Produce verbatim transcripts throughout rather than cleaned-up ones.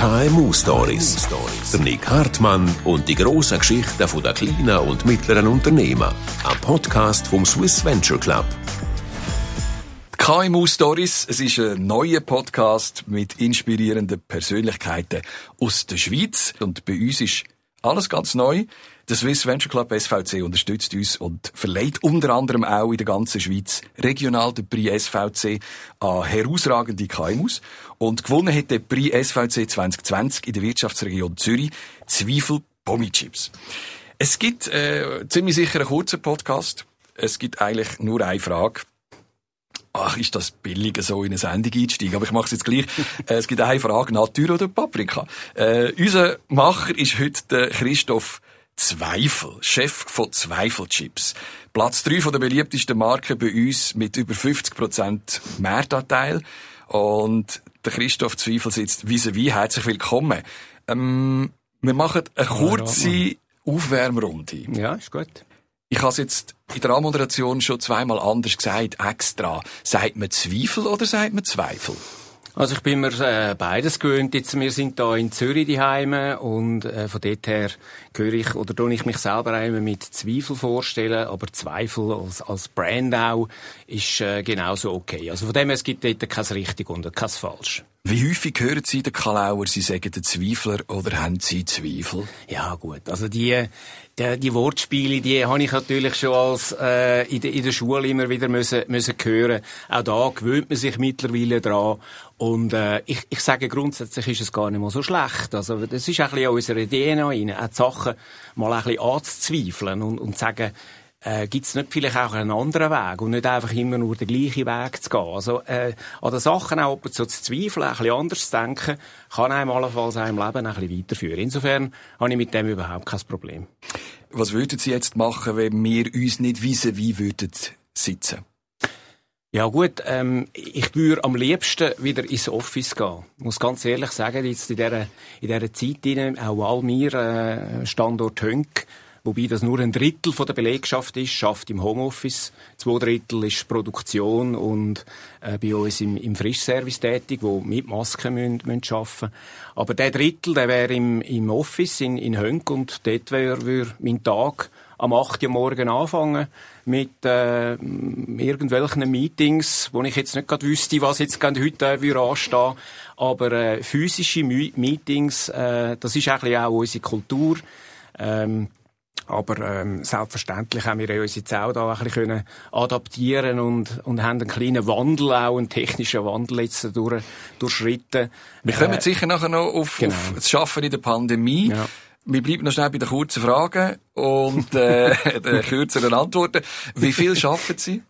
K M U-Stories. Der Nick Hartmann und die grossen Geschichten der kleinen und mittleren Unternehmen. Ein Podcast vom Swiss Venture Club. K M U-Stories, es ist ein neuer Podcast mit inspirierenden Persönlichkeiten aus der Schweiz. Und bei uns ist alles ganz neu. Der Swiss Venture Club S V C unterstützt uns und verleiht unter anderem auch in der ganzen Schweiz regional den Prix S V C an herausragende K M Us. Und gewonnen hat der Prix S V C zwanzig zwanzig in der Wirtschaftsregion Zürich Zwiefel Pommes-Chips. Es gibt äh, ziemlich sicher einen kurzen Podcast. Es gibt eigentlich nur eine Frage. Ach, ist das billig, so in eine Sendung einzusteigen? Aber ich mache es jetzt gleich. äh, es gibt eine Frage, Natur oder Paprika? Äh, unser Macher ist heute der Christoph Zweifel, Chef von Zweifel-Chips. Platz drei von der beliebtesten Marken bei uns mit über fünfzig Prozent Marktanteil. Und der Christoph Zweifel sitzt vis-à-vis. Herzlich willkommen. Ähm, wir machen eine kurze Aufwärmrunde. Ja, ist gut. Ich habe es jetzt in der Anmoderation schon zweimal anders gesagt, extra. Sagt man Zweifel oder sagt man Zweifel? Also ich bin mir äh, beides gewöhnt. Jetzt, wir sind da in Zürich daheim und äh, von dort her gehöre ich oder tue ich mich selber einmal mit Zweifel vorstellen, aber Zweifel als, als Brand auch ist äh, genauso okay. Also von dem her, es gibt dort kein richtig und kein falsch. Wie häufig hören Sie den Kalauer, Sie sagen den Zweifler oder haben Sie Zweifel? Ja gut, also die, die, die Wortspiele, die habe ich natürlich schon als äh, in, de, in der Schule immer wieder müssen, müssen hören. Auch da gewöhnt man sich mittlerweile dran. Und äh, ich, ich sage, grundsätzlich ist es gar nicht mal so schlecht. Also das ist ein bisschen an unserer D N A rein, auch die Sachen mal ein bisschen anzuzweifeln und, und zu sagen, Äh, gibt es nicht vielleicht auch einen anderen Weg und nicht einfach immer nur den gleichen Weg zu gehen? Also, äh, an den Sachen auch so zu zweifeln, ein bisschen anders zu denken, kann einem allenfalls einem Leben ein bisschen weiterführen. Insofern habe ich mit dem überhaupt kein Problem. Was würden Sie jetzt machen, wenn wir uns nicht vis-à-vis würden sitzen? Ja gut, ähm, ich würde am liebsten wieder ins Office gehen. Ich muss ganz ehrlich sagen, jetzt in dieser, in dieser Zeit hinein, auch Walmir, äh, Standort Hönk, wobei das nur ein Drittel von der Belegschaft ist, schafft im Homeoffice. Zwei Drittel ist Produktion und äh, bei uns im, im Frischservice tätig, wo mit Masken müssen, müssen arbeiten. Aber der Drittel, der wäre im, im Office in, in Hönk und dort wäre wär mein Tag am acht Uhr morgen anfangen mit äh, irgendwelchen Meetings, wo ich jetzt nicht gerade wüsste, was jetzt gerade heute äh, anstehen. Aber äh, physische Meetings, äh, das ist eigentlich auch unsere Kultur. Ähm, Aber ähm, selbstverständlich haben wir uns jetzt auch da ein bisschen können adaptieren und, und haben einen kleinen Wandel, auch einen technischen Wandel jetzt durch, durchschritten. Wir kommen äh, sicher nachher noch auf, genau. auf das Schaffen in der Pandemie. Ja. Wir bleiben noch schnell bei den kurzen Fragen und äh, den kürzeren Antworten. Wie viel arbeiten Sie?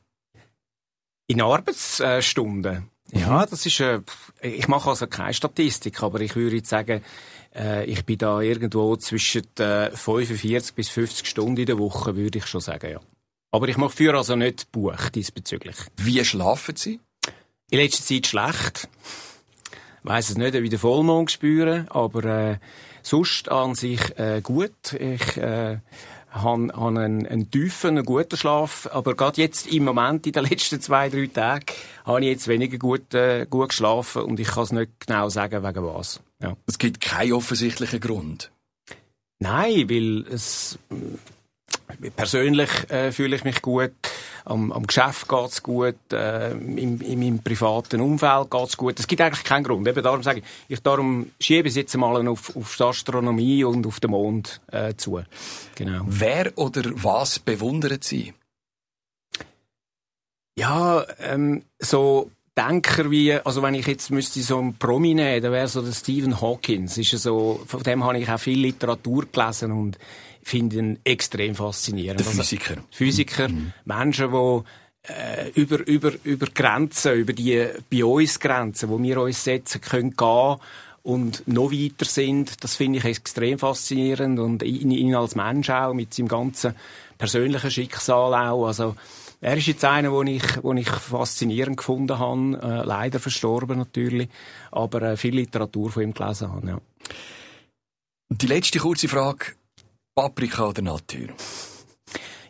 In Arbeitsstunden? Ja, das ist, äh, ich mache also keine Statistik, aber ich würde jetzt sagen, äh, ich bin da irgendwo zwischen äh, fünfundvierzig bis fünfzig Stunden in der Woche, würde ich schon sagen, ja. Aber ich mache für also nicht Buch diesbezüglich. Wie schlafen Sie? In letzter Zeit schlecht. Ich weiss es nicht, ob ich den Vollmond spüre, aber äh, sonst an sich äh, gut. Ich äh, habe hab einen, einen tiefen, einen guten Schlaf, aber gerade jetzt im Moment, in den letzten zwei, drei Tagen, habe ich jetzt weniger gut, äh, gut geschlafen und ich kann es nicht genau sagen, wegen was. Ja. Es gibt keinen offensichtlichen Grund. Nein, weil es persönlich äh, fühle ich mich gut, am, am Geschäft geht's gut, äh, in, in meinem privaten Umfeld geht's gut. Es gibt eigentlich keinen Grund. Eben darum sage ich, ich darum schiebe es jetzt mal auf, auf die Astronomie und auf den Mond äh, zu. Genau. Wer oder was bewundern Sie? Ja, ähm, so Denker wie, also wenn ich jetzt müsste so einen Promi nehmen, dann wäre so der Stephen Hawking. Ist so, von dem habe ich auch viel Literatur gelesen und finde ihn extrem faszinierend. Der Physiker. Also, Physiker, mhm. Menschen, die äh, über, über, über Grenzen, über die bei uns Grenzen, wo wir uns setzen, können gehen und noch weiter sind. Das finde ich extrem faszinierend und ihn, ihn als Mensch auch, mit seinem ganzen persönlichen Schicksal auch. Also, er ist jetzt einer, den ich, den ich faszinierend gefunden habe. Äh, leider verstorben natürlich. Aber äh, viel Literatur von ihm gelesen habe, ja. Die letzte kurze Frage. Paprika oder Natur?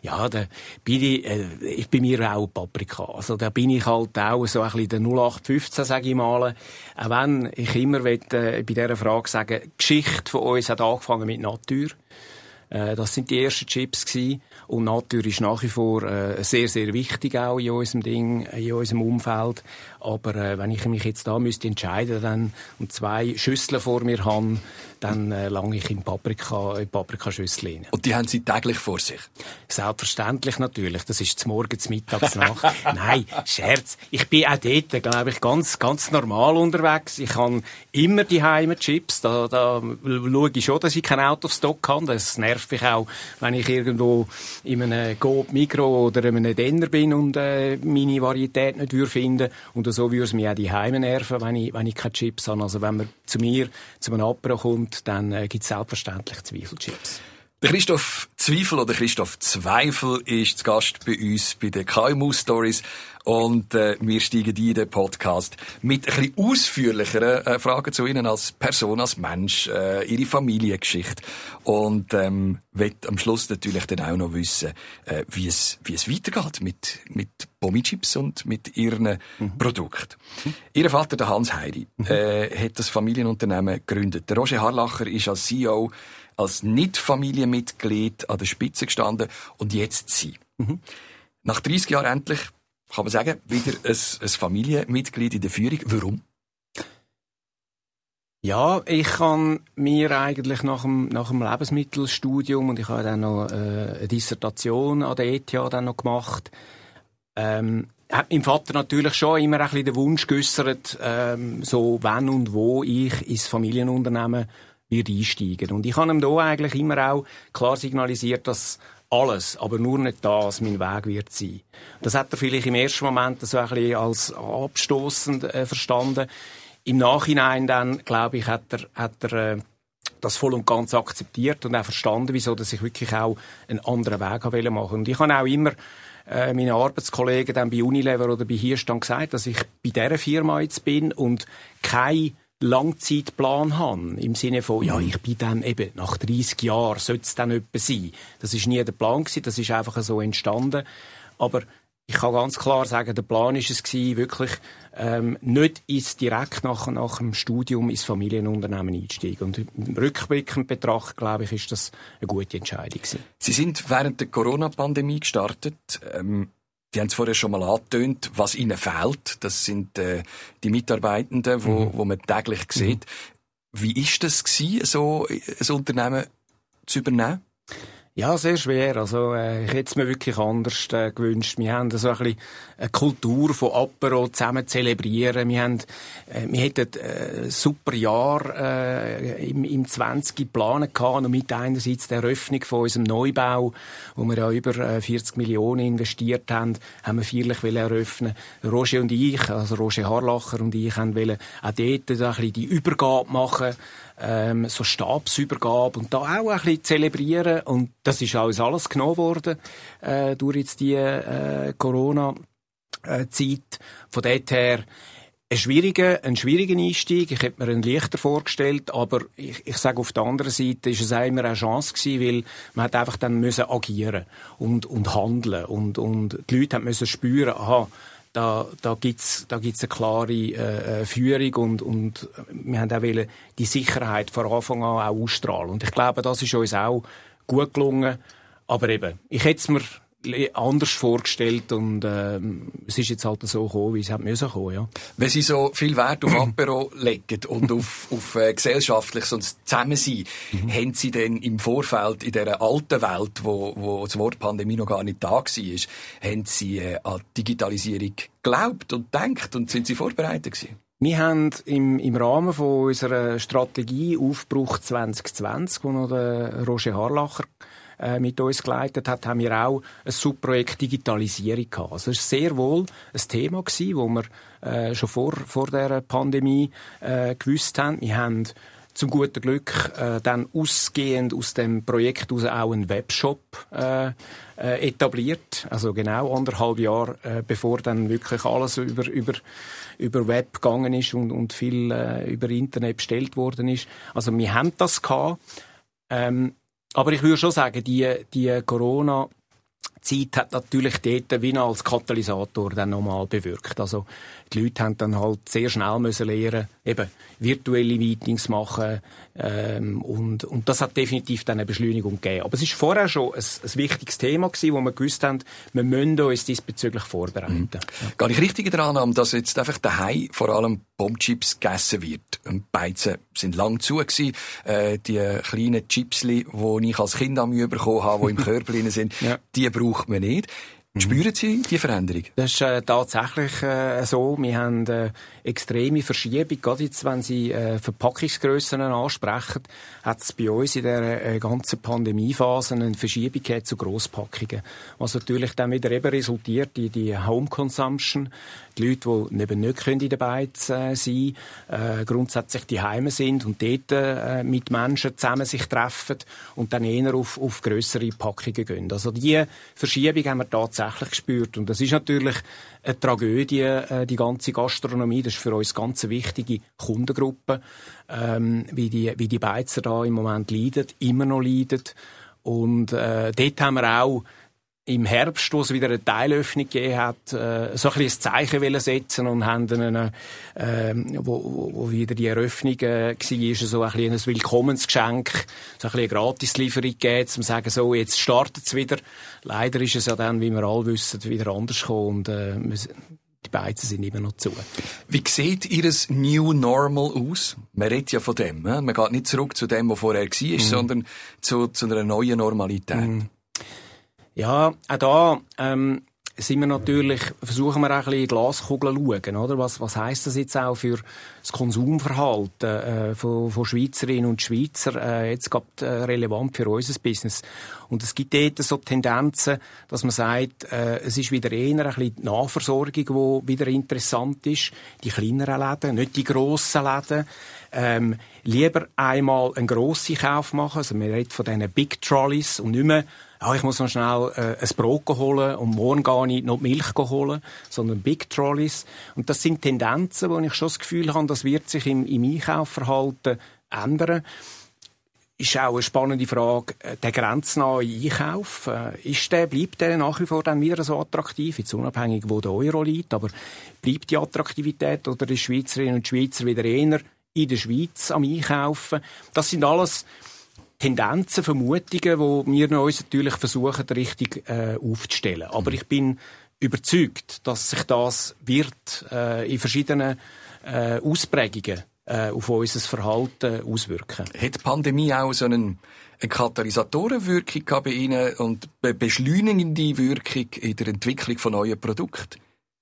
Ja, da bin ich, äh, ich bin mir auch Paprika. Also da bin ich halt auch so ein bisschen der null acht fünfzehn, sage ich mal. Auch wenn ich immer will, äh, bei dieser Frage sagen, die Geschichte von uns hat angefangen mit Natur. Äh, das sind die ersten Chips gewesen. Und Natur ist nach wie vor äh, sehr, sehr wichtig auch in unserem Ding, in unserem Umfeld. Aber äh, wenn ich mich jetzt da müsste entscheiden dann, und zwei Schüsseln vor mir habe, dann äh, lange ich in Paprika, in Paprikaschüssel rein. Und die haben Sie täglich vor sich? Selbstverständlich natürlich. Das ist zum Morgen, zum Mittags, Nacht. Nein, Scherz. Ich bin auch dort, glaube ich, ganz, ganz normal unterwegs. Ich habe immer die Heime Chips. Da, da schaue ich schon, dass ich kein Out of Stock habe. Das nervt mich auch, wenn ich irgendwo in einem Coop, Migros oder in einem Denner bin und äh, meine Varietät nicht würde finden. Und so würde es mich auch die Heime nerven, wenn ich, wenn ich keine Chips habe. Also wenn man zu mir, zu einem Apero kommt, dann äh, gibt es selbstverständlich Zweifelchips. Der Christoph Zweifel oder Christoph Zweifel ist zu Gast bei uns bei den K M U-Stories. Und äh, wir steigen ein in den Podcast mit ein bisschen ausführlicheren äh, Fragen zu Ihnen als Person, als Mensch, äh, Ihre Familiengeschichte. Und ähm, will am Schluss natürlich dann auch noch wissen, äh, wie es wie es weitergeht mit mit Pommi-Chips und mit Ihren mhm. Produkten. Mhm. Ihr Vater, der Hans Heidi, mhm. äh, hat das Familienunternehmen gegründet. Der Roger Harlacher ist als C E O, als Nicht-Familienmitglied an der Spitze gestanden und jetzt Sie. Mhm. Nach dreissig Jahren endlich, kann man sagen, wieder ein, ein Familienmitglied in der Führung. Warum? Ja, ich kann mir eigentlich nach dem, nach dem Lebensmittelstudium, und ich habe dann noch äh, eine Dissertation an der E T H dann noch gemacht, ähm, hat mein Vater natürlich schon immer ein bisschen den Wunsch geäussert, ähm, so wann und wo ich ins Familienunternehmen wird einsteigen. Und ich habe ihm da eigentlich immer auch klar signalisiert, dass alles, aber nur nicht das, mein Weg wird sein. Das hat er vielleicht im ersten Moment so ein bisschen als abstossend äh, verstanden. Im Nachhinein dann, glaube ich, hat er, hat er äh, das voll und ganz akzeptiert und auch verstanden, wieso dass ich wirklich auch einen anderen Weg machen wollte. Und ich habe auch immer äh, meinen Arbeitskollegen dann bei Unilever oder bei Hirstand gesagt, dass ich bei dieser Firma jetzt bin und kein Langzeitplan haben. Im Sinne von, ja, ich bin dann eben nach dreissig Jahren, sollte es dann etwa sein. Das ist nie der Plan gewesen, das ist einfach so entstanden. Aber ich kann ganz klar sagen, der Plan ist es gewesen, wirklich ähm, nicht ins direkt nach, nach dem Studium ins Familienunternehmen einsteigen. Und im rückblickend betrachtet, glaube ich, ist das eine gute Entscheidung gewesen. Sie sind während der Corona-Pandemie gestartet. Ähm Die haben es vorher schon mal angetönt, was ihnen fehlt. Das sind äh, die Mitarbeitenden, wo, mhm. wo man täglich sieht. Mhm. Wie ist das gewesen, so ein Unternehmen zu übernehmen? Ja, sehr schwer. Also, äh, ich hätte es mir wirklich anders äh, gewünscht. Wir haben so ein bisschen eine Kultur von Apero zusammen zelebrieren. Wir haben, äh, wir hätten äh, ein super Jahr äh, im, im zwanzig geplant gehabt, und mit einerseits der Eröffnung von unserem Neubau, wo wir ja über äh, vierzig Millionen investiert haben, haben wir feierlich eröffnen. Roger und ich, also Roger Harlacher und ich, haben wollen auch dort ein bisschen die Übergabe machen, ähm, so Stabsübergabe, und da auch ein bisschen zelebrieren. Und das ist alles alles genommen worden äh, durch jetzt die äh, Corona-Zeit. Von dort her ein schwieriger, ein schwieriger Einstieg. Ich hätte mir einen leichter vorgestellt, aber ich, ich sage, auf der anderen Seite ist es auch immer eine Chance gewesen, weil man hat einfach dann müssen agieren und, und handeln, und, und die Leute haben müssen spüren, aha, Da, da gibt's, da gibt's eine klare äh, Führung, und, und wir haben auch wollen die Sicherheit von Anfang an auch ausstrahlen. Und ich glaube, das ist uns auch gut gelungen. Aber eben, ich hätte es mir anders vorgestellt, und ähm, es ist jetzt halt so gekommen, wie es hat müssen kommen, ja. Wenn Sie so viel Wert auf Apero legen und auf, auf äh, gesellschaftliches und Zusammensein, mhm. haben Sie denn im Vorfeld in dieser alten Welt, wo, wo das Wort Pandemie noch gar nicht da war, haben Sie äh, an Digitalisierung geglaubt und gedacht, und sind Sie vorbereitet gewesen? Wir haben im, im Rahmen von unserer Strategie Aufbruch zwanzig zwanzig, wo noch der Roger Harlacher äh, mit uns geleitet hat, haben wir auch ein Subprojekt Digitalisierung gehabt. Also es war sehr wohl ein Thema gewesen, wo wir äh, schon vor, vor der Pandemie äh, gewusst haben. Wir haben zum guten Glück äh, dann ausgehend aus dem Projekt heraus auch einen Webshop äh, äh, etabliert. Also genau anderthalb Jahre, äh, bevor dann wirklich alles über, über, über Web gegangen ist und, und viel äh, über Internet bestellt worden ist. Also wir haben das gehabt. Ähm, aber ich würde schon sagen, die, die Corona Zeit hat natürlich dort wie als Katalysator dann nochmal bewirkt. Also die Leute haben dann halt sehr schnell müssen lernen, eben virtuelle Meetings machen ähm, und, und das hat definitiv dann eine Beschleunigung gegeben. Aber es ist vorher schon ein, ein wichtiges Thema gewesen, wo wir gewusst haben, wir müssen uns diesbezüglich vorbereiten. Mhm. Ja. Gehe ich richtig daran an, dass jetzt einfach daheim vor allem Bombchips gegessen wird? Und Beizen sind lang zu gewesen. Äh, die kleinen Chipsli, die ich als Kind am Mühe bekommen habe, die im Körper drin sind, ja. die braucht man nicht. Spüren Sie die Veränderung? Das ist äh, tatsächlich äh, so. Wir haben äh, extreme Verschiebung. Gerade jetzt, wenn Sie äh, Verpackungsgrössen ansprechen, hat es bei uns in der äh, ganzen Pandemiephase eine Verschiebung zu Grosspackungen. Was natürlich dann wieder eben resultiert in die Home Consumption. Die Leute, die eben nicht in der Beiz äh, sein können, äh, grundsätzlich die Heime sind und dort äh, mit Menschen zusammen sich treffen und dann eher auf, auf grössere Packungen gehen. Also diese Verschiebung haben wir tatsächlich gespürt. Und das ist natürlich eine Tragödie, äh, die ganze Gastronomie. Das ist für uns ganz eine wichtige Kundengruppe, ähm, wie die, wie die Beizer da im Moment leiden, immer noch leiden. Und äh, dort haben wir auch im Herbst, wo es wieder eine Teilöffnung gegeben hat, äh, so ein bisschen ein Zeichen wollen setzen und haben dann, eine, äh, wo, wo wieder die Eröffnung äh, war, so ein bisschen ein Willkommensgeschenk, so ein bisschen eine Gratislieferung gegeben, um zu sagen, so, jetzt startet es wieder. Leider ist es ja dann, wie wir alle wissen, wieder anders gekommen und äh, die Beizen sind immer noch zu. Wie sieht Ihr New Normal aus? Man redet ja von dem. He? Man geht nicht zurück zu dem, was vorher war, mm. sondern zu, zu einer neuen Normalität. Mm. Ja, auch da ähm, sind wir natürlich, versuchen wir auch ein bisschen in die Glaskugel zu schauen, oder? Was, was heisst das jetzt auch für das Konsumverhalten äh, von, von Schweizerinnen und Schweizer äh, jetzt gerade äh, relevant für unser Business? Und es gibt dort so Tendenzen, dass man sagt, äh, es ist wieder eher ein bisschen die Nahversorgung, die wieder interessant ist. Die kleineren Läden, nicht die grossen Läden. Ähm, lieber einmal einen grossen Kauf machen, also wir reden von diesen Big Trolleys und nicht mehr, ja, ich muss noch schnell äh, ein Brot holen und morgen gar nicht noch die Milch holen, sondern Big Trolleys. Und das sind Tendenzen, wo ich schon das Gefühl habe, das wird sich im, im Einkaufsverhalten ändern. Ist auch eine spannende Frage, der grenznahe Einkauf, äh, ist der, bleibt der nach wie vor dann wieder so attraktiv, jetzt unabhängig, wo der Euro liegt, aber bleibt die Attraktivität oder die Schweizerinnen und Schweizer wieder eher in der Schweiz am Einkaufen? Das sind alles Tendenzen, Vermutungen, die wir uns natürlich versuchen, richtig äh, aufzustellen. Aber ich bin überzeugt, dass sich das wird äh, in verschiedenen äh, Ausprägungen äh, auf unser Verhalten auswirken. Hat die Pandemie auch so einen, eine Katalysatorenwirkung gehabt bei Ihnen und eine beschleunigende Wirkung in der Entwicklung von neuen Produkten?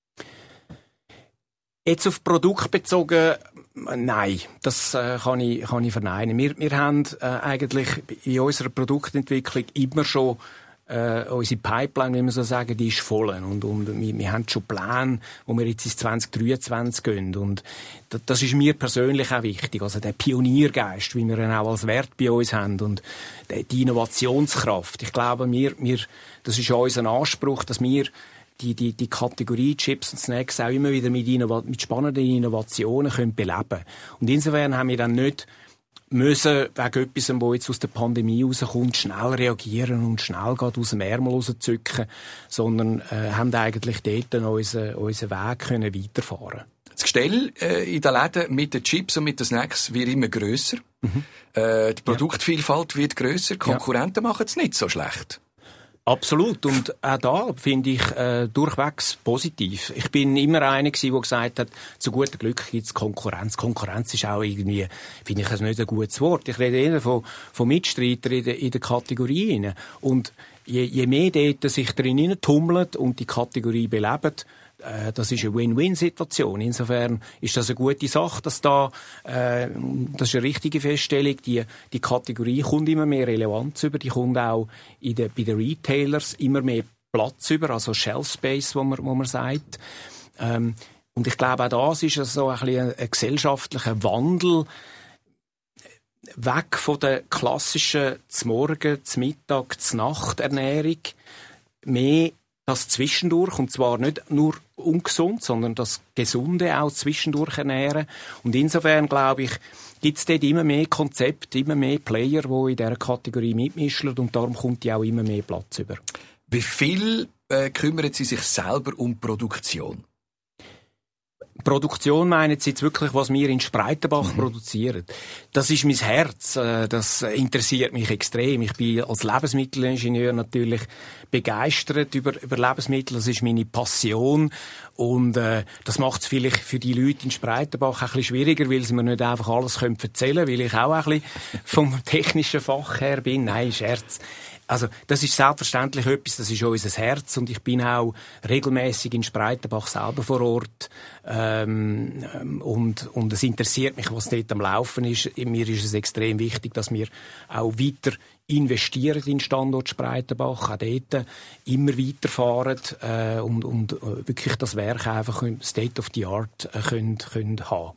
Jetzt auf Produkt bezogen, nein, das äh, kann ich, kann ich verneinen. Wir, wir haben äh, eigentlich in unserer Produktentwicklung immer schon äh, unsere Pipeline, wie wir so sagen, die ist voll. Und, und wir, wir haben schon Pläne, wo wir jetzt ins zwanzig dreiundzwanzig gehen. Und das, das ist mir persönlich auch wichtig. Also der Pioniergeist, wie wir ihn auch als Wert bei uns haben und die Innovationskraft. Ich glaube, wir, wir, das ist unser Anspruch, dass wir die, die, die Kategorie Chips und Snacks auch immer wieder mit, Innova- mit spannenden Innovationen können beleben. Und insofern haben wir dann nicht müssen, wegen etwas, was jetzt aus der Pandemie rauskommt, schnell reagieren und schnell gerade aus dem Ärmel rauszücken, sondern äh, haben eigentlich dort unseren, unseren Weg können weiterfahren. Das Gestell äh, in den Läden mit den Chips und mit den Snacks wird immer grösser. Mhm. Äh, die Produktvielfalt ja. wird grösser. Konkurrenten ja. machen es nicht so schlecht. Absolut. Und auch da finde ich äh, durchwegs positiv. Ich bin immer einer gewesen, der gesagt hat, zu gutem Glück gibt es Konkurrenz. Konkurrenz ist auch irgendwie, finde ich, nicht ein gutes Wort. Ich rede eher von, von Mitstreitern in der, in der Kategorie. Und je, je mehr dort sich drin tummelt und die Kategorie belebt, das ist eine Win-Win-Situation. Insofern ist das eine gute Sache, dass da, äh, das ist eine richtige Feststellung, die, die Kategorie kommt immer mehr Relevanz über, die kommt auch in der, bei den Retailers immer mehr Platz über, also Shelf Space, wo man, wo man sagt. Ähm, und ich glaube, auch das ist so ein bisschen ein, ein gesellschaftlicher Wandel, weg von der klassischen Z'Morgen, Z'Mittag, Z'Nacht-Ernährung, mehr das Zwischendurch, und zwar nicht nur ungesund, sondern das Gesunde auch zwischendurch ernähren. Und insofern, glaube ich, gibt es dort immer mehr Konzepte, immer mehr Player, die in dieser Kategorie mitmischen, und darum kommt die auch immer mehr Platz über. Wie viel äh, kümmern Sie sich selber um Produktion? Produktion meinen Sie jetzt wirklich, was wir in Spreitenbach mhm. produzieren? Das ist mein Herz. Das interessiert mich extrem. Ich bin als Lebensmittelingenieur natürlich begeistert über, über Lebensmittel. Das ist meine Passion. Und äh, das macht es vielleicht für die Leute in Spreitenbach ein bisschen schwieriger, weil sie mir nicht einfach alles erzählen können, weil ich auch ein bisschen vom technischen Fach her bin. Nein, Scherz. Also, das ist selbstverständlich etwas, das ist unser Herz, und ich bin auch regelmäßig in Spreitenbach selber vor Ort, ähm, und, und es interessiert mich, was dort am Laufen ist. Mir ist es extrem wichtig, dass wir auch weiter investieren in den Standort Spreitenbach, auch dort immer weiterfahren, äh, und, und wirklich das Werk einfach State of the Art äh, können, können haben.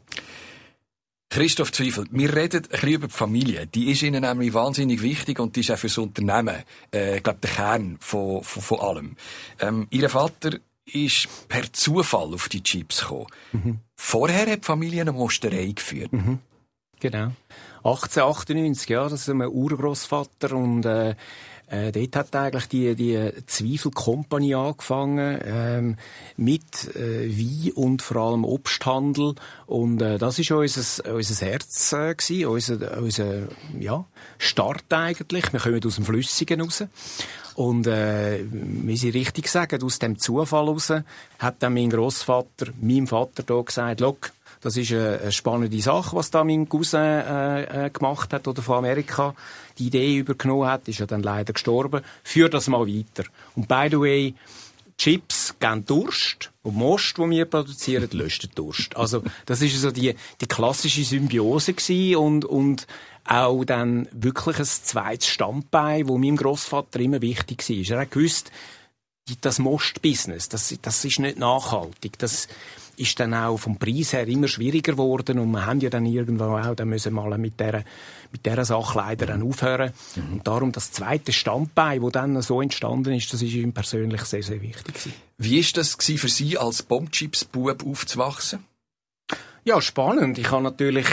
Christoph Zwiefel, wir reden ein bisschen über die Familie. Die ist Ihnen nämlich wahnsinnig wichtig und die ist auch für das Unternehmen, äh, glaube der Kern von, von, von allem. Ähm, Ihr Vater ist per Zufall auf die Chips gekommen. Mhm. Vorher hat die Familie eine Mosterei geführt. Mhm. Genau. achtzehnhundertachtundneunzig, ja, das ist mein Urgroßvater, und äh, Äh, dort hat eigentlich die, die Zwiefel-Company angefangen, ähm, mit äh, Wein und vor allem Obsthandel. Und äh, das ist unser, unser Herz äh, gewesen, unser, unser ja, Start eigentlich. Wir kommen aus dem Flüssigen raus. Und äh, wie Sie richtig sagen, aus dem Zufall raus hat dann mein Grossvater meinem Vater da gesagt, «Look, das ist eine spannende Sache, was da mein Cousin äh, äh, gemacht hat oder von Amerika die Idee übergenommen hat, ist ja dann leider gestorben. Führ das mal weiter. Und by the way, Chips geben Durst und Most, die wir produzieren, löst den Durst. Also das ist so die, die klassische Symbiose gewesen, und, und auch dann wirklich ein zweites Standbein, wo meinem Grossvater immer wichtig war. Er hat gewusst, das Most-Business, das, das ist nicht nachhaltig. Das ist dann auch vom Preis her immer schwieriger geworden, und wir haben ja dann irgendwann auch dann müssen mal mit dieser mit dieser Sache leider dann aufhören. Mhm. Und darum das zweite Standbein, das dann so entstanden ist, das ist ihm persönlich sehr, sehr wichtig gewesen. Wie war das für Sie als Bombchips-Bub aufzuwachsen? Ja, spannend. Ich habe natürlich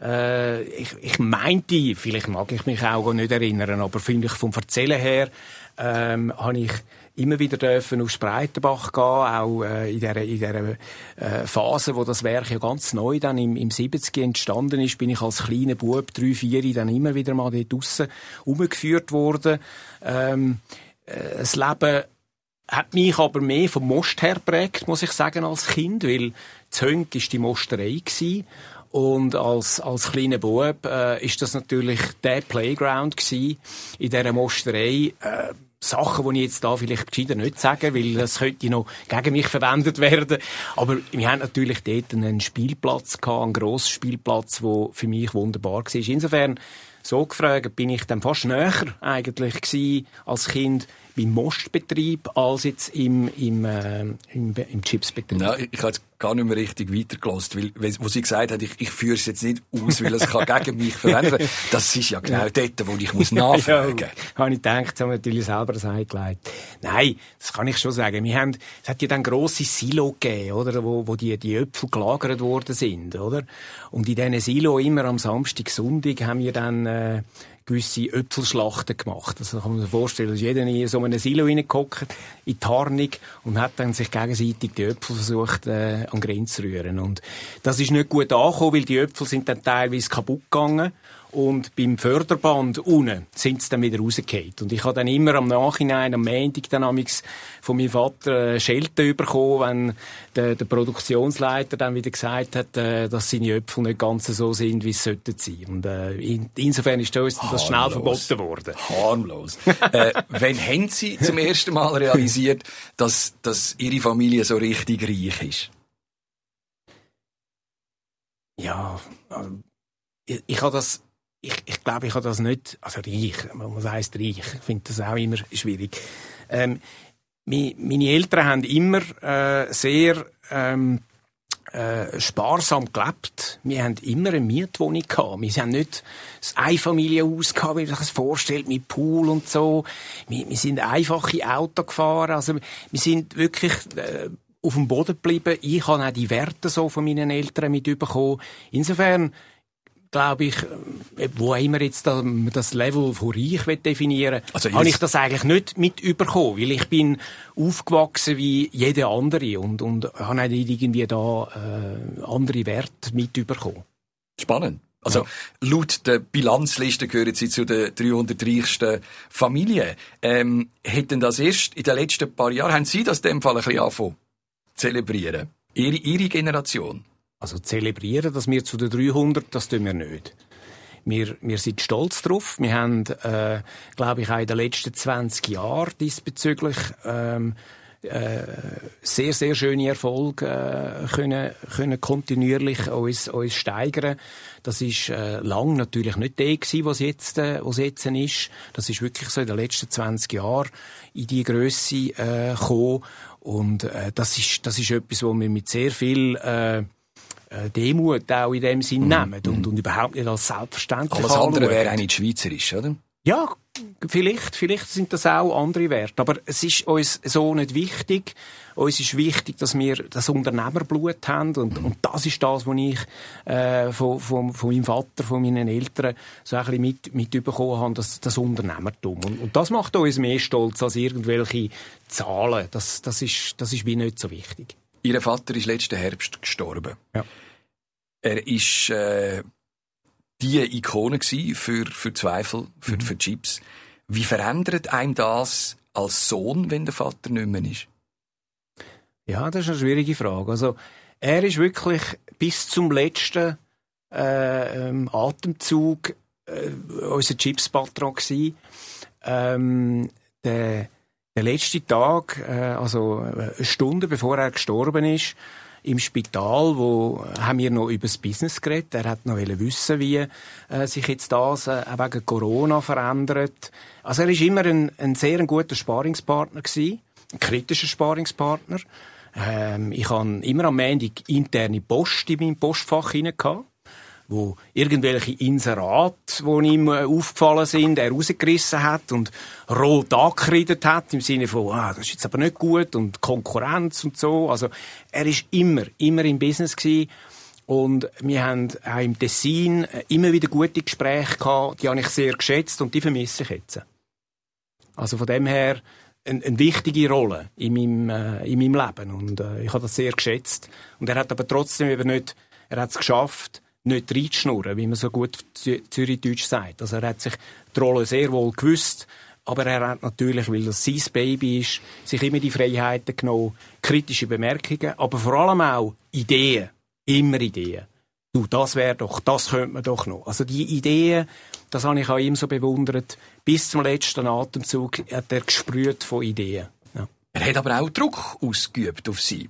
äh, ich, ich meinte, vielleicht mag ich mich auch nicht erinnern, aber finde ich vom Erzählen her ähm, habe ich immer wieder dürfen auf Spreitenbach gehen, auch äh, in dieser, in dieser äh, Phase, wo das Werk ja ganz neu dann im, im siebziger entstanden ist, bin ich als kleiner Bub, drei, vier, dann immer wieder mal dort draussen umgeführt worden. Ähm, äh, das Leben hat mich aber mehr vom Most her geprägt, muss ich sagen, als Kind, weil Zhönk war die Mosterei gewesen. Und als, als kleiner Bub äh, ist das natürlich der Playground gewesen in dieser Mosterei. Äh, Sachen, die ich jetzt da vielleicht gescheiter nicht sage, weil das könnte noch gegen mich verwendet werden. Aber wir haben natürlich dort einen Spielplatz gehabt, einen grossen Spielplatz, der für mich wunderbar war. Insofern, so gefragt, bin ich dann fast näher eigentlich gewesen als Kind beim Mostbetrieb als jetzt im, im, äh, im, im Chipsbetrieb. Ja, ich, ich habe jetzt gar nicht mehr richtig weitergelassen, weil, wo sie gesagt hat, ich, ich führe es jetzt nicht aus, weil es kann gegen mich verwendet werden. Das ist ja genau ja. dort, wo ich muss nachfragen muss. Ja, habe ich gedacht, jetzt haben wir natürlich selber das eingelegt. Nein, das kann ich schon sagen. Wir haben, es hat ja dann grosse Silo gegeben, oder, wo, wo die, die Äpfel gelagert worden sind, oder? Und in diesen Silo immer am Samstag, Sonntag haben wir dann, äh, gewisse Äpfelschlachten gemacht. Also, da kann man sich vorstellen, dass jeder in so einem Silo reingehockt, in die Tarnung, und hat dann sich gegenseitig die Äpfel versucht, äh, an Grenzen zu rühren. Und das ist nicht gut angekommen, weil die Äpfel sind dann teilweise kaputt gegangen. Und beim Förderband unten sind sie dann wieder rausgefallen. Und ich habe dann immer am Nachhinein, am Montag dann amigs von meinem Vater äh, Schelte bekommen, wenn der, der Produktionsleiter dann wieder gesagt hat, äh, dass seine Äpfel nicht ganz so sind, wie es sollten sein. Und äh, in, insofern ist uns das schnell verboten worden. Harmlos. äh, wann haben Sie zum ersten Mal realisiert, dass, dass Ihre Familie so richtig reich ist? Ja, äh, ich, ich habe das Ich, ich glaube, ich habe das nicht, also reich, was heisst reich? Ich finde das auch immer schwierig. Ähm, mi, meine Eltern haben immer äh, sehr ähm, äh, sparsam gelebt. Wir haben immer eine Mietwohnung gehabt. Wir haben nicht das Einfamilienhaus gehabt, wie man sich das vorstellt, mit Pool und so. Wir, wir sind einfache Auto gefahren. Also wir sind wirklich äh, auf dem Boden geblieben. Ich habe auch die Werte so von meinen Eltern mitbekommen. Insofern glaube ich, wo immer jetzt da, das Level von Reich definieren will, also habe ich das eigentlich nicht mitbekommen, weil ich bin aufgewachsen wie jeder andere und, und habe nicht irgendwie da äh, andere Werte mitbekommen. Spannend. Also, ja. Laut der Bilanzliste gehören Sie zu den dreihundert reichsten Familien. Ähm, hätten das erst in den letzten paar Jahren, haben Sie das in dem Fall ein bisschen angefangen zu zelebrieren? Ihre, Ihre Generation? Also, zelebrieren, dass wir zu den dreihundert, das tun wir nicht. Wir, wir sind stolz drauf. Wir haben, äh, glaube ich, auch in den letzten zwanzig Jahren diesbezüglich, ähm, Äh, sehr, sehr schöne Erfolge äh, können, können kontinuierlich uns, uns steigern. Das ist äh, lang natürlich nicht der gewesen, was jetzt, äh, was jetzt ist. Das ist wirklich so in den letzten zwanzig Jahren in die Grösse äh, gekommen. Und äh, das ist, das ist etwas, was wir mit sehr viel äh, Demut auch in dem Sinn mm. nehmen und, und überhaupt nicht als selbstverständlich alles anschauen. Andere wäre eigentlich schweizerisch, oder? Ja, vielleicht, vielleicht sind das auch andere Werte. Aber es ist uns so nicht wichtig. Uns ist wichtig, dass wir das Unternehmerblut haben. Und, und das ist das, was ich äh, von, von, von meinem Vater, von meinen Eltern so ein bisschen mit, mitbekommen habe, das, das Unternehmertum. Und, und das macht uns mehr stolz als irgendwelche Zahlen. Das, das, ist, das ist wie nicht so wichtig. Ihr Vater ist letzten Herbst gestorben. Ja. Er ist äh, die Ikone gsi für, für Zweifel, für, mhm. für Chips. Wie verändert einem das als Sohn, wenn der Vater nicht mehr ist? Ja, das ist eine schwierige Frage. Also, er ist wirklich bis zum letzten äh, ähm, Atemzug äh, unser Chips-Patron gsi. Ähm, der, der letzte Tag, äh, also eine Stunde bevor er gestorben ist, im Spital, wo haben wir noch über das Business geredet. Er hat noch wissen, wie äh, sich jetzt das äh, wegen Corona verändert. Also er ist immer ein, ein sehr ein guter Sparingspartner gewesen, ein kritischer Sparingspartner. Ähm, ich habe immer am Montag interne Post in meinem Postfach hinein gehabt, wo irgendwelche Inserate, die ihm aufgefallen sind, er rausgerissen hat und rot angekreidet hat, im Sinne von, ah, das ist jetzt aber nicht gut und Konkurrenz und so. Also, er ist immer, immer im Business gewesen. Und wir haben auch im Tessin immer wieder gute Gespräche gehabt, die habe ich sehr geschätzt und die vermisse ich jetzt. Also von dem her eine, eine wichtige Rolle in meinem, äh, in meinem Leben und äh, ich habe das sehr geschätzt. Und er hat aber trotzdem eben nicht, er hat es geschafft, nicht reinzuschnurren, wie man so gut Zürichdeutsch sagt. Also er hat sich die Rolle sehr wohl gewusst, aber er hat natürlich, weil das sein Baby ist, sich immer die Freiheiten genommen, kritische Bemerkungen, aber vor allem auch Ideen, immer Ideen. Du, das wäre doch, das könnte man doch noch. Also die Ideen, das habe ich auch ihm so bewundert, bis zum letzten Atemzug hat er gesprüht von Ideen. Ja. Er hat aber auch Druck ausgeübt auf sie.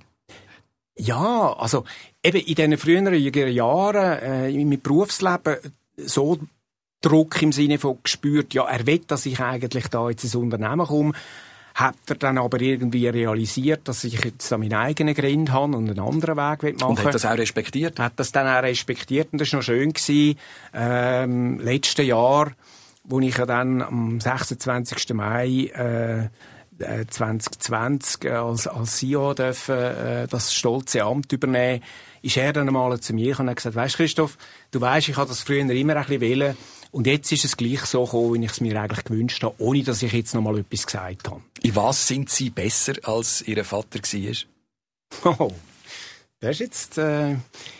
Ja, also eben in diesen früheren Jahren äh, im Berufsleben so Druck im Sinne von gespürt, ja, er will, dass ich eigentlich da jetzt ins Unternehmen komme, hat er dann aber irgendwie realisiert, dass ich jetzt meinen eigenen Grind habe und einen anderen Weg machen will. Und hat das auch respektiert? Hat das dann auch respektiert und das war noch schön gewesen. Ähm, letztes Jahr, wo ich ja dann am sechsundzwanzigsten Mai äh, zwanzig zwanzig als, als C E O dürfen, äh, das stolze Amt übernehmen, ist er dann einmal zu mir und hat gesagt, weisst Christoph, du weisst, ich habe das früher immer ein bisschen wollen und jetzt ist es gleich so gekommen, wie ich es mir eigentlich gewünscht habe, ohne dass ich jetzt noch mal etwas gesagt habe. In was sind Sie besser, als Ihr Vater war? Oh, das ist jetzt... Äh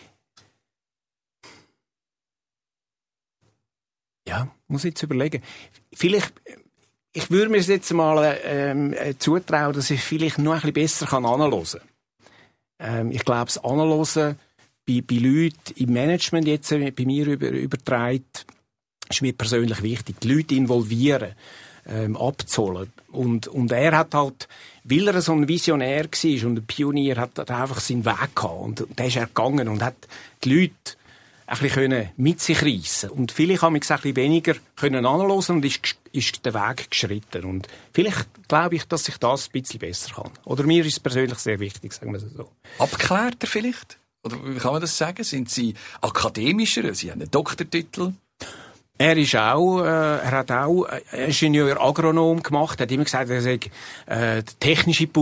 ja, muss ich jetzt überlegen. Vielleicht... Ich würde mir jetzt mal ähm, zutrauen, dass ich vielleicht noch ein bisschen besser anhören kann. Ähm, ich glaube, das Anhören bei, bei Leuten im Management jetzt bei mir über, übertragen, ist mir persönlich wichtig. Die Leute involvieren, ähm, abzuholen. Und, und er hat halt, weil er so ein Visionär war und ein Pionier, hat er einfach seinen Weg gehabt. Und, und der ist er gegangen und hat die Leute ein bisschen mit sich reissen. Und vielleicht haben wir ein bisschen weniger können anhören und ist, ist der Weg geschritten. Und vielleicht glaube ich, dass ich das ein bisschen besser kann. Oder mir ist es persönlich sehr wichtig, sagen wir es so. Abgeklärter vielleicht? Oder wie kann man das sagen? Sind Sie akademischer? Sie haben einen Doktortitel? Er ist auch, äh, er hat auch Ingenieur Agronom gemacht. Er hat immer gesagt, er sei äh, der technische Bauer.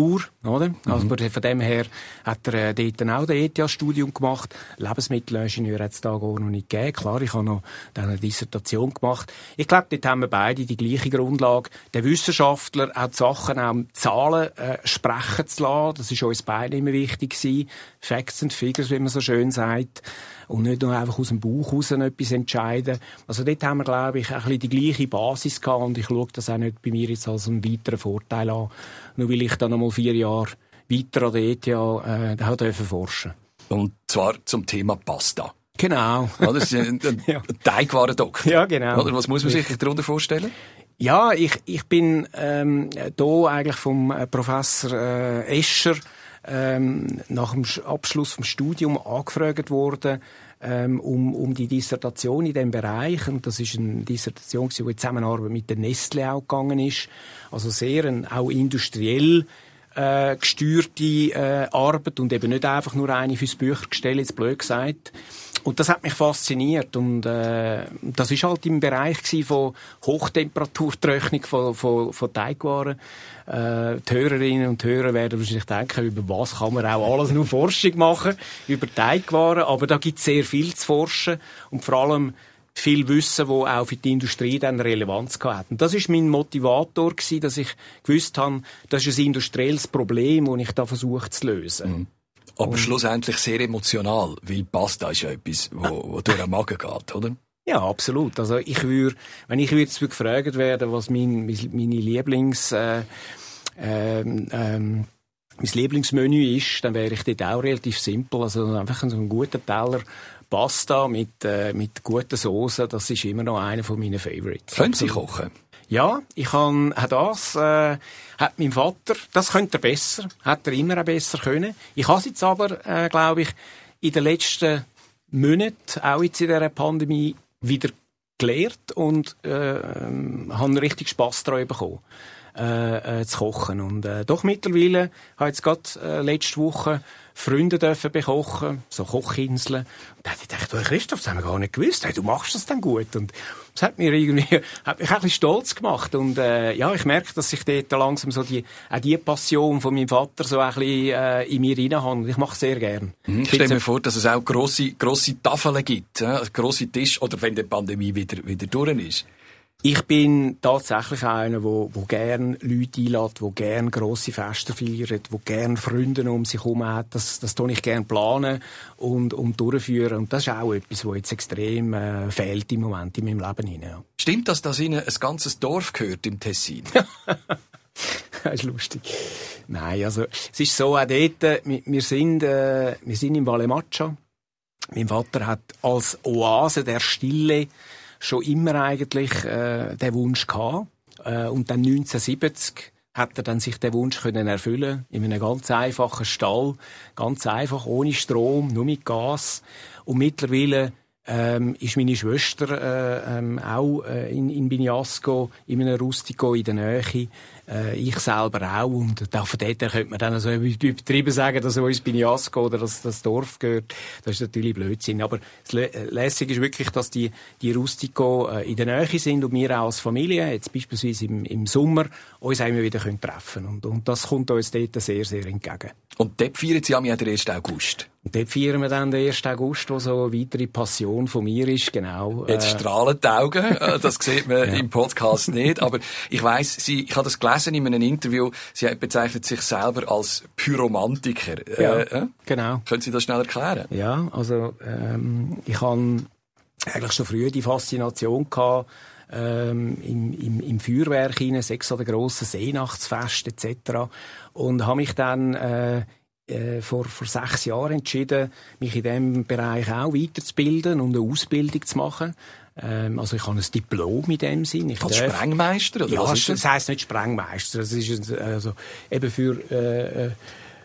oder? Mhm. Also von dem her hat er äh, dort dann auch das E T H-Studium gemacht. Lebensmittelingenieur hat es da gar noch nicht gegeben. Klar, ich habe noch dann eine Dissertation gemacht. Ich glaube, dort haben wir beide die gleiche Grundlage. Der Wissenschaftler hat Sachen auch Zahlen äh, sprechen zu lassen. Das ist uns beiden immer wichtig gewesen. Facts and Figures, wie man so schön sagt. Und nicht nur einfach aus dem Bauch raus etwas entscheiden. Also dort haben wir, glaube ich, ein bisschen die gleiche Basis gehabt. Und ich schaue das auch nicht bei mir jetzt als einen weiteren Vorteil an. Nur weil ich dann noch mal vier Jahre weiter an der E T H äh, auch dürfen forschen. Und zwar zum Thema Pasta. Genau. Ja, das ist ein, ein ja. Teigwarendoktor. Ja, genau. Oder was muss man sich darunter vorstellen? Ja, ich, ich bin ähm, da eigentlich vom äh, Professor äh, Escher ähm, nach dem Abschluss vom Studium angefragt worden, ähm, um, um die Dissertation in diesem Bereich. Und das ist eine Dissertation, die in Zusammenarbeit mit der Nestlé auch gegangen ist. Also sehr ein, auch industriell äh, gesteuerte äh, Arbeit und eben nicht einfach nur eine fürs Büchergestell, jetzt blöd gesagt. Und das hat mich fasziniert und äh, das ist halt im Bereich von Hochtemperaturtrocknung von, von, von Teigwaren. Äh, die Hörerinnen und Hörer werden wahrscheinlich denken, über was kann man auch alles nur Forschung machen, über Teigwaren, aber da gibt es sehr viel zu forschen und vor allem viel Wissen, das auch für die Industrie dann Relevanz hat. Und das ist mein Motivator gewesen, dass ich gewusst habe, das ist ein industrielles Problem, das ich da versuche zu lösen. Mhm. Aber und schlussendlich sehr emotional, weil Pasta ist ja etwas, wo, wo durch den Magen geht, oder? Ja, absolut. Also ich würde, wenn ich jetzt gefragt werden, was mein, meine Lieblings, äh, ähm, ähm, mein Lieblingsmenü ist, dann wäre ich dort auch relativ simpel. Also einfach so ein guter Teller Pasta mit, äh, mit guten Soßen, das ist immer noch einer von meinen Favorites. Können Sie kochen? Ja, ich kann auch das, äh, hat mein Vater, das könnte er besser, hat er immer auch besser können. Ich habe es jetzt aber, äh, glaube ich, in den letzten Monaten, auch jetzt in dieser Pandemie, wieder gelernt und äh, ähm, habe richtig Spass daran bekommen, äh, äh, zu kochen. Und äh, doch mittlerweile habe ich jetzt gerade äh, letzte Woche Freunde dürfen bekochen, so Kochinseln. Und da habe ich gedacht, du Christoph, das haben wir gar nicht gewusst. Hey, du machst das dann gut. Und das hat mir irgendwie, hat mich auch ein bisschen stolz gemacht. Und, äh, ja, ich merke, dass ich dort langsam so die, auch die Passion von meinem Vater so ein bisschen, äh, in mir rein habe. Und ich mache es sehr gern. Mhm, ich stelle mir vor, dass es auch grosse, grosse Tafeln gibt, äh, grosse Tische, oder wenn die Pandemie wieder, wieder durch ist. Ich bin tatsächlich einer, der, der gerne Leute einlädt, der gerne grosse Feste feiert, der gerne Freunde um sich herum hat. Das, das tue ich gerne planen und, und durchführen. Und das ist auch etwas, was jetzt extrem äh, fehlt im Moment in meinem Leben hinein. Ja. Stimmt das, dass Ihnen ein ganzes Dorf gehört im Tessin? Das ist lustig. Nein, also es ist so, auch dort, wir sind, äh, wir sind im Valle Maccia. Mein Vater hat als Oase der Stille schon immer eigentlich äh, den Wunsch gehabt. Äh, und dann neunzehnhundertsiebzig hat er dann sich den Wunsch können erfüllen in einem ganz einfachen Stall, ganz einfach, ohne Strom, nur mit Gas. Und mittlerweile ähm, ist meine Schwester äh, ähm, auch äh, in, in Bignasco, in einem Rustico in der Nähe. Äh, ich selber auch. Und auch von dort könnte man dann so übertrieben sagen, dass uns Bignasco oder dass das Dorf gehört. Das ist natürlich Blödsinn. Aber das Lässige ist wirklich, dass die, die Rustico äh, in der Nähe sind und wir auch als Familie, jetzt beispielsweise im, im Sommer, uns immer wieder können treffen können. Und, und das kommt uns dort sehr, sehr entgegen. Und dort feiern Sie am ja den ersten August. Und dort feiern wir dann den ersten August, wo so eine weitere Passion von mir ist, genau. Jetzt äh, strahlen die Augen, das sieht man ja im Podcast nicht, aber ich weiss, Sie, ich habe das gelesen in einem Interview, Sie bezeichnet sich selber als Pyromantiker. Ja, äh, genau. Können Sie das schnell erklären? Ja, also ähm, ich habe eigentlich schon früh die Faszination gehabt, ähm, im, im, im Feuerwerk hinein, sechs an den grossen Seenachtsfest et cetera. Und habe mich dann äh, äh, vor, vor sechs Jahren entschieden, mich in diesem Bereich auch weiterzubilden und eine Ausbildung zu machen. Ähm, also ich habe ein Diplom in dem Sinn. Ich Als darf, Sprengmeister? Oder ja, was ist das? das heisst nicht Sprengmeister. Das ist also eben für äh,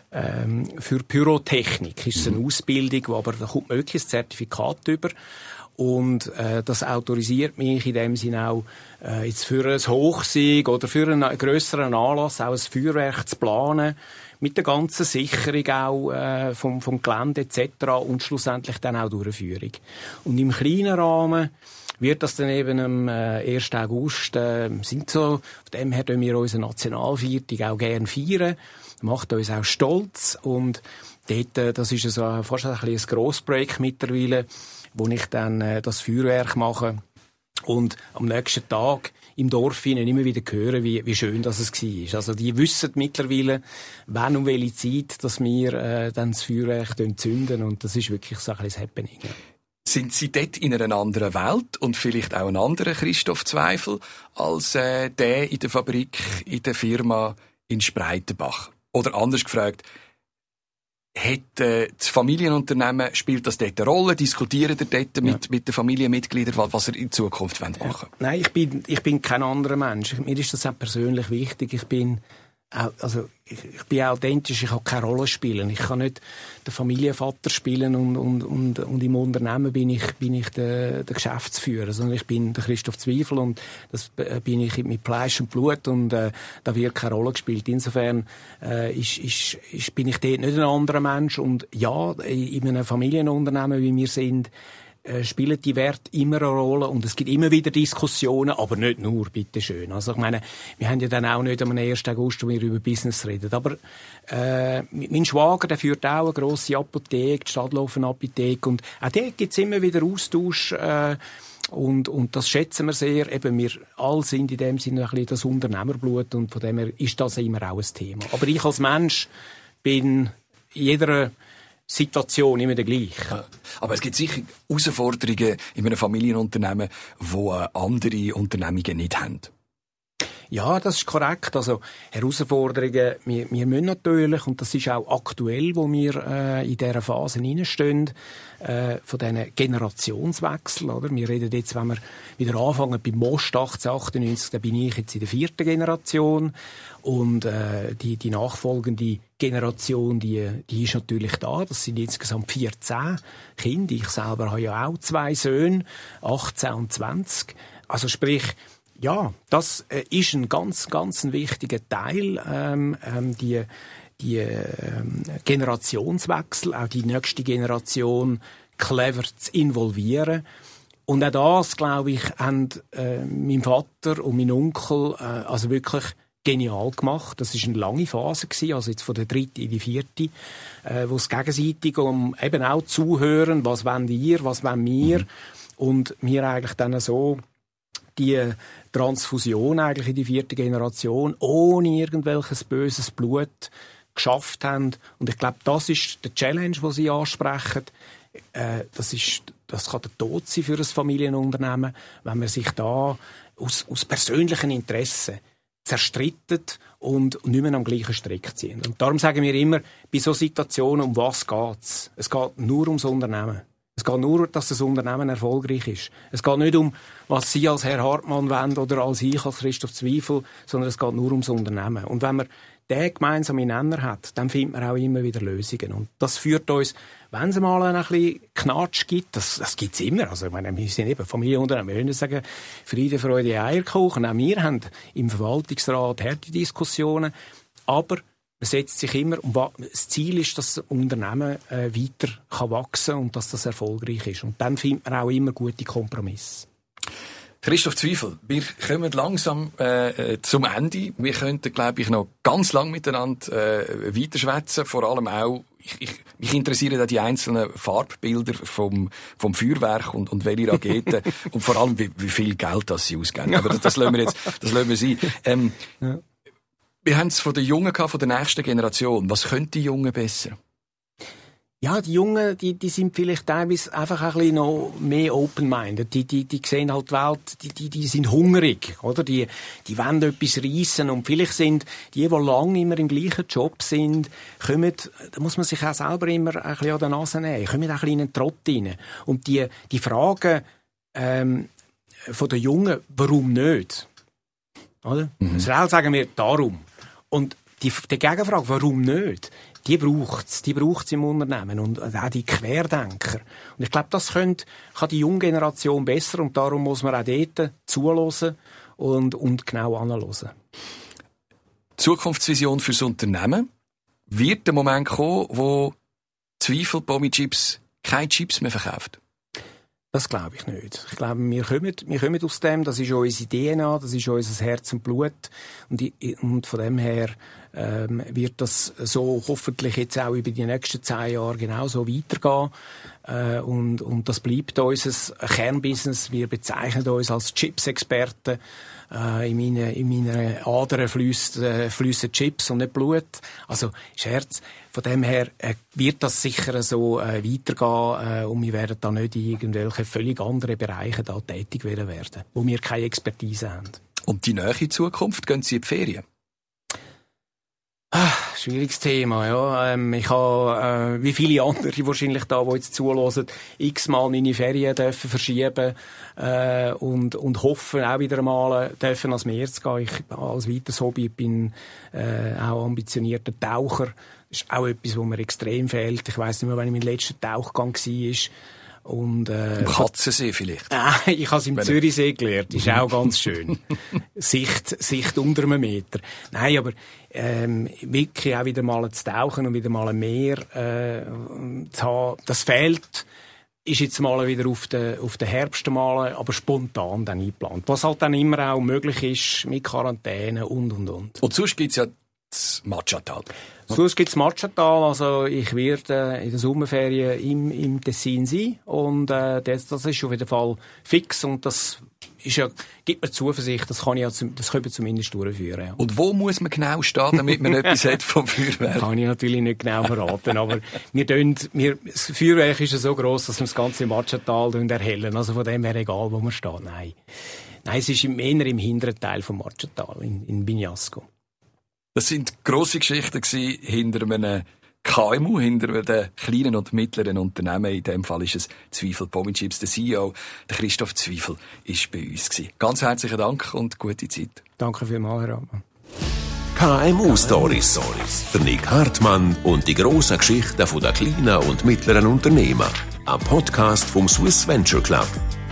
ähm, für Pyrotechnik ist es eine Ausbildung, wo aber da kommt man wirklich ein Zertifikat über. Und äh, das autorisiert mich in dem Sinne auch, äh, jetzt für ein Hochsieg oder für einen grösseren Anlass auch ein Feuerwerk zu planen, mit der ganzen Sicherung auch äh, vom, vom Gelände et cetera und schlussendlich dann auch Durchführung. Und im kleinen Rahmen wird das dann eben am äh, ersten August, äh, sind so, auf dem her tun wir unsere Nationalfeiertag auch gerne feiern, macht uns auch stolz und dort, äh, das ist so fast ein, ein Grossprojekt mittlerweile, wo ich dann äh, das Feuerwerk mache und am nächsten Tag im Dorf ihnen immer wieder hören, wie, wie schön das es war. Also die wissen mittlerweile, wann und welche Zeit, dass wir äh, dann das Feuerwerk zünden und das ist wirklich so ein bisschen das Happening. Ja. Sind Sie dort in einer anderen Welt und vielleicht auch ein anderer Christoph Zweifel als äh, der in der Fabrik, in der Firma in Spreitenbach? Oder anders gefragt, hat äh, das Familienunternehmen, spielt das dort eine Rolle? Diskutiert ihr dort mit, ja. mit den Familienmitgliedern, was ihr in Zukunft machen wollt? Ja. Nein, ich bin, ich bin kein anderer Mensch. Mir ist das auch persönlich wichtig. Ich bin auch, also ich, ich bin authentisch, ich kann keine Rolle spielen. Ich kann nicht den Familienvater spielen und, und, und, und im Unternehmen bin ich, bin ich der, der Geschäftsführer, sondern ich bin der Christoph Zweifel und das bin ich mit Fleisch und Blut und äh, da wird keine Rolle gespielt. Insofern äh, ist, ist, ist, bin ich dort nicht ein anderer Mensch und ja, in einem Familienunternehmen, wie wir sind, spielen die Werte immer eine Rolle und es gibt immer wieder Diskussionen, aber nicht nur, bitteschön. Also ich meine, wir haben ja dann auch nicht am ersten August, wo wir über Business reden, aber äh, mein Schwager, der führt auch eine grosse Apotheke, die Stadtlaufen-Apotheke und auch dort gibt es immer wieder Austausch äh, und, und das schätzen wir sehr. Eben, wir alle sind in dem Sinne ein bisschen das Unternehmerblut und von dem her ist das immer auch ein Thema. Aber ich als Mensch bin in jeder Situation immer der gleiche. Aber es gibt sicher Herausforderungen in einem Familienunternehmen, die andere Unternehmungen nicht haben. Ja, das ist korrekt. Also Herausforderungen, wir, wir müssen natürlich, und das ist auch aktuell, wo wir äh, in dieser Phase hineinstehen, äh, von diesen Generationswechsel. Oder? Wir reden jetzt, wenn wir wieder anfangen beim Most achtzehnhundertachtundneunzig, da bin ich jetzt in der vierten Generation und äh, die, die nachfolgende Generation, die, die ist natürlich da. Das sind insgesamt vierzehn Kinder. Ich selber habe ja auch zwei Söhne, achtzehn und zwanzig. Also sprich, ja, das äh, ist ein ganz, ganz ein wichtiger Teil, ähm, ähm, die, die ähm, Generationswechsel, auch die nächste Generation clever zu involvieren. Und auch das, glaube ich, haben äh, mein Vater und mein Onkel äh, also wirklich genial gemacht. Das ist eine lange Phase gewesen, also jetzt von der dritten in die vierte, äh, wo es gegenseitig um eben auch zuhören, was wollen ihr, was wollen wir, mhm. und wir eigentlich dann so die Transfusion eigentlich in die vierte Generation ohne irgendwelches böses Blut geschafft haben. Und ich glaube, das ist der Challenge, den Sie ansprechen. Äh, das ist, das kann der Tod sein für ein Familienunternehmen, wenn man sich da aus, aus persönlichen Interessen zerstrittet und nicht mehr am gleichen Strick ziehen. Und darum sagen wir immer, bei so Situationen, um was geht's? Es geht nur ums Unternehmen. Es geht nur, dass das Unternehmen erfolgreich ist. Es geht nicht um, was Sie als Herr Hartmann wollen oder als ich als Christoph Zweifel, sondern es geht nur ums Unternehmen. Und wenn man den gemeinsamen Nenner hat, dann findet man auch immer wieder Lösungen. Und das führt uns, wenn es mal ein bisschen Knatsch gibt, das, das gibt es immer. Also, ich meine, wir sind eben Familienunternehmen, wir können sagen, Friede, Freude, Eierkuchen. Auch wir haben im Verwaltungsrat harte Diskussionen, aber man setzt sich immer, und das Ziel ist, dass das Unternehmen äh, weiter kann wachsen und dass das erfolgreich ist. Und dann findet man auch immer gute Kompromisse. Christoph Zweifel, wir kommen langsam äh, zum Ende. Wir könnten, glaube ich, noch ganz lang miteinander äh, weiterschwätzen. Vor allem auch, ich, ich, mich interessieren auch die einzelnen Farbbilder vom, vom Feuerwerk und, und welche Raketen und vor allem, wie, wie viel Geld das sie ausgeben. Aber das, das lassen wir jetzt, das lassen wir sein. Ähm, ja. Wir haben es von den Jungen gehabt, von der nächsten Generation. Was können die Jungen besser? Ja, die Jungen, die, die sind vielleicht teilweise einfach ein bisschen noch mehr open-minded. Die, die, die sehen halt die Welt, die, die, die sind hungrig, oder? Die, die wollen etwas reissen. Und vielleicht sind die, die lange immer im gleichen Job sind, kommen, da muss man sich auch selber immer ein bisschen an der Nase nehmen, kommen auch ein bisschen in den Trott rein. Und die, die Fragen, ähm, von den Jungen, warum nicht? Oder? Mhm. Israel sagen wir, darum. Und die, die Gegenfrage, warum nicht, die braucht's, die braucht's im Unternehmen und auch die Querdenker. Und ich glaube, das könnt, kann die junge Generation besser und darum muss man auch dort zuhören und, und genau anhören. Zukunftsvision fürs Unternehmen. Wird der Moment kommen, wo Zweifel Pommi Chips keine Chips mehr verkauft? Das glaube ich nicht. Ich glaube, wir kommen, wir kommen aus dem, das ist unsere D N A, das ist unser Herz und Blut. Und, und von dem her ähm, wird das so hoffentlich jetzt auch über die nächsten zehn Jahre genauso weitergehen. Äh, und, und das bleibt unser Kernbusiness. Wir bezeichnen uns als Chips-Experten. Äh, in meinen in meine Adern fliessen, äh, fliessen Chips und nicht Blut. Also Scherz. Von dem her äh, wird das sicher so äh, weitergehen äh, und wir werden da nicht in irgendwelche völlig anderen Bereiche da tätig werden, wo wir keine Expertise haben. Und die nahe Zukunft, gehen Sie in die Ferien? Ah, schwieriges Thema, ja. Ähm, ich habe, äh, wie viele andere wahrscheinlich da, die jetzt zuhören, x-mal meine Ferien dürfen verschieben äh, und, und hoffen, auch wieder einmal dürfen ans Meer zu gehen. Ich als weiteres Hobby bin äh, auch ambitionierter Taucher. Das ist auch etwas, was mir extrem fehlt. Ich weiss nicht mehr, wann ich mein letzter Tauchgang war. Und, äh, Im Katzensee vielleicht? Äh, ich habe es im Zürichsee gelernt. Ist auch ganz schön. Sicht, Sicht unter einem Meter. Nein, aber ähm, wirklich auch wieder mal zu tauchen und wieder mal ein Meer äh, zu haben, das fehlt. Ist jetzt mal wieder auf den, auf den Herbst mal, aber spontan dann eingeplant. Was halt dann immer auch möglich ist mit Quarantäne und, und, und. Und sonst gibt's ja das Matchatal. Sonst gibt's Matchatal, also ich werde in der Sommerferien im, im Tessin sein und äh, das, das ist auf jeden Fall fix und das ist ja, gibt mir Zuversicht, das kann ich ja zum, das können wir zumindest durchführen. Ja. Und wo muss man genau stehen, damit man etwas hat vom Feuerwerk? Kann ich natürlich nicht genau verraten, aber wir tun, wir, das Feuerwerk ist ja so gross, dass wir das ganze Matchatal erhellen, also von dem her egal, wo man steht, nein. Nein, es ist eher im hinteren Teil vom Matchatal, in, in Bignasco. Das sind grosse Geschichten gewesen, hinter einem K M U, hinter den kleinen und mittleren Unternehmen. In dem Fall ist es Zweifel Pommi Chips. Der C E O, der Christoph Zweifel, ist bei uns gewesen. Ganz herzlichen Dank und gute Zeit. Danke vielmals, Herr Ammann. K M U-Stories. Der Nick Hartmann und die grossen Geschichten der kleinen und mittleren Unternehmen. Ein Podcast vom Swiss Venture Club.